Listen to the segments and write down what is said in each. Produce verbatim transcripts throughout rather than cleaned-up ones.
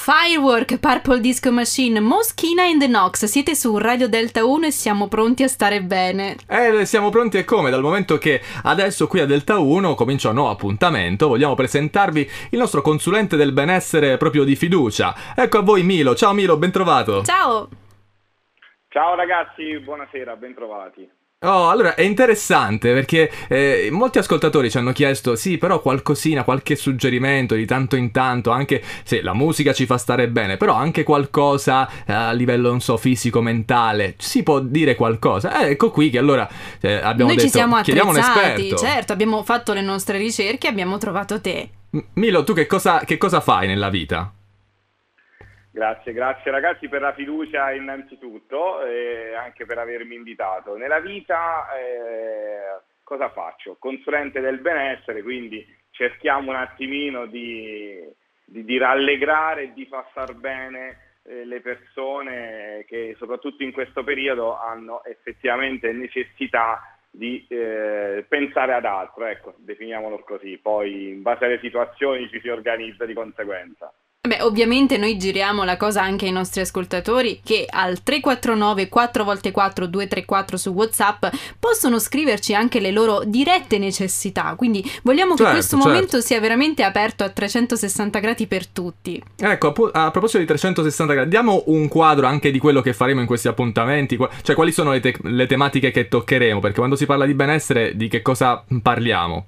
Firework, Purple Disco Machine, Moschina and the Knox. Siete su Radio Delta uno e siamo pronti a stare bene. Eh, siamo pronti e come? Dal momento che adesso qui a Delta uno comincia un nuovo appuntamento, vogliamo presentarvi il nostro consulente del benessere proprio di fiducia. Ecco a voi Milo. Ciao Milo, ben trovato. Ciao. Ciao ragazzi, buonasera, ben trovati. Oh, allora è interessante perché eh, molti ascoltatori ci hanno chiesto sì, però qualcosina, qualche suggerimento di tanto in tanto, anche se la musica ci fa stare bene, però anche qualcosa eh, a livello, non so, fisico, mentale, si può dire qualcosa. Eh, ecco qui che allora eh, abbiamo Noi detto, ci siamo chiediamo un attrezzati, esperto. certo, abbiamo fatto le nostre ricerche e abbiamo trovato te. M- Milo, tu che cosa, che cosa fai nella vita? Grazie, grazie ragazzi per la fiducia innanzitutto e anche per avermi invitato. Nella vita eh, cosa faccio? Consulente del benessere, quindi cerchiamo un attimino di, di, di rallegrare e di far star bene eh, le persone che soprattutto in questo periodo hanno effettivamente necessità di eh, pensare ad altro, ecco, definiamolo così, poi in base alle situazioni ci si organizza di conseguenza. Beh, ovviamente noi giriamo la cosa anche ai nostri ascoltatori che al tre quattro nove quattro volte quattro due tre quattro su WhatsApp possono scriverci anche le loro dirette necessità, quindi vogliamo che certo, questo certo. momento sia veramente aperto a trecentosessanta gradi per tutti. Ecco, a, a proposito di trecentosessanta gradi, diamo un quadro anche di quello che faremo in questi appuntamenti, cioè quali sono le, te- le tematiche che toccheremo, perché quando si parla di benessere di che cosa parliamo?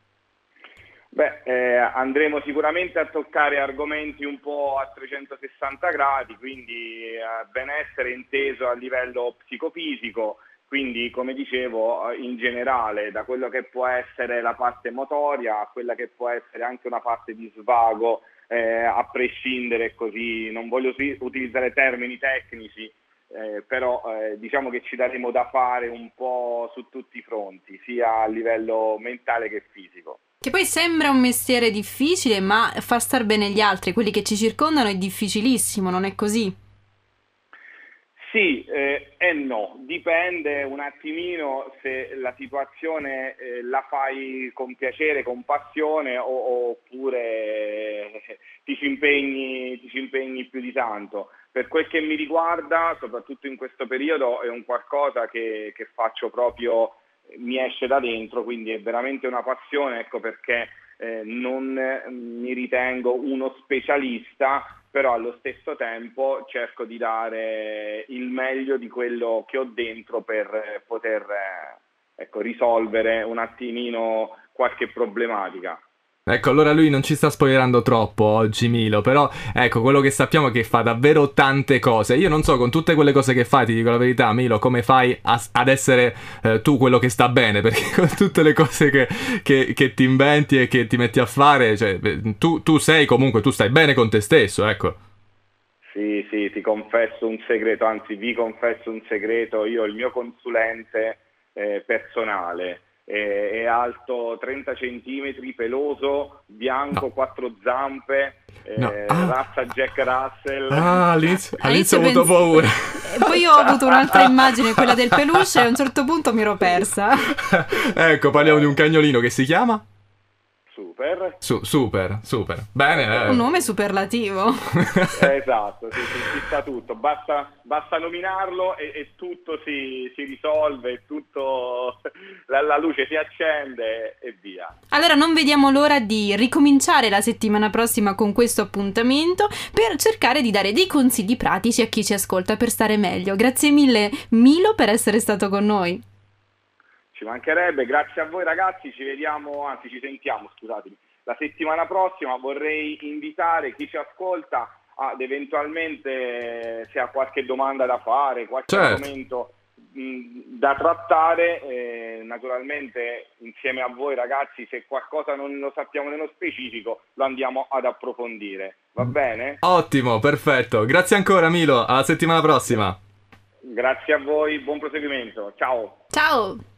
Beh, eh, andremo sicuramente a toccare argomenti un po' a trecentosessanta gradi, quindi eh, benessere inteso a livello psicofisico, quindi come dicevo in generale da quello che può essere la parte motoria a quella che può essere anche una parte di svago, eh, a prescindere così, non voglio utilizzare termini tecnici, eh, però eh, diciamo che ci daremo da fare un po' su tutti i fronti, sia a livello mentale che fisico. Che poi sembra un mestiere difficile, ma far star bene gli altri, quelli che ci circondano, è difficilissimo, non è così? Sì eh, e no, dipende un attimino se la situazione eh, la fai con piacere, con passione o, oppure eh, ti ci impegni, ti ci impegni più di tanto. Per quel che mi riguarda, soprattutto in questo periodo, è un qualcosa che, che faccio proprio, mi esce da dentro, quindi è veramente una passione, ecco perché eh, non mi ritengo uno specialista, però allo stesso tempo cerco di dare il meglio di quello che ho dentro per poter eh, ecco, risolvere un attimino qualche problematica. Ecco, allora lui non ci sta spoilerando troppo oggi Milo, però ecco, quello che sappiamo è che fa davvero tante cose. Io non so, con tutte quelle cose che fai, ti dico la verità Milo, come fai a, ad essere eh, tu quello che sta bene, perché con tutte le cose che, che, che ti inventi e che ti metti a fare, cioè, tu, tu sei comunque, tu stai bene con te stesso, ecco. Sì, sì, ti confesso un segreto, anzi vi confesso un segreto, io il mio consulente eh, personale è alto trenta centimetri, peloso, bianco, no. quattro zampe, no. eh, ah. razza Jack Russell. Ah, all'inizio, all'inizio ho pens- avuto paura. E poi io ho avuto un'altra immagine, quella del peluche, e a un certo punto mi ero persa. Ecco, parliamo di un cagnolino che si chiama? Super. Su, super, super. Bene. Eh. Un nome superlativo. Esatto, si, si, si sta tutto. Basta, basta nominarlo e, e tutto si, si risolve, tutto la, la luce si accende e via. Allora non vediamo l'ora di ricominciare la settimana prossima con questo appuntamento per cercare di dare dei consigli pratici a chi ci ascolta per stare meglio. Grazie mille Milo per essere stato con noi. Ci mancherebbe, grazie a voi ragazzi, ci vediamo, anzi ci sentiamo, scusatemi, la settimana prossima. Vorrei invitare chi ci ascolta ad eventualmente, se ha qualche domanda da fare, qualche certo. argomento mh, da trattare, eh, naturalmente insieme a voi ragazzi, se qualcosa non lo sappiamo nello specifico lo andiamo ad approfondire, va bene? Ottimo, perfetto, grazie ancora Milo, alla settimana prossima. Grazie a voi, buon proseguimento, ciao! Ciao!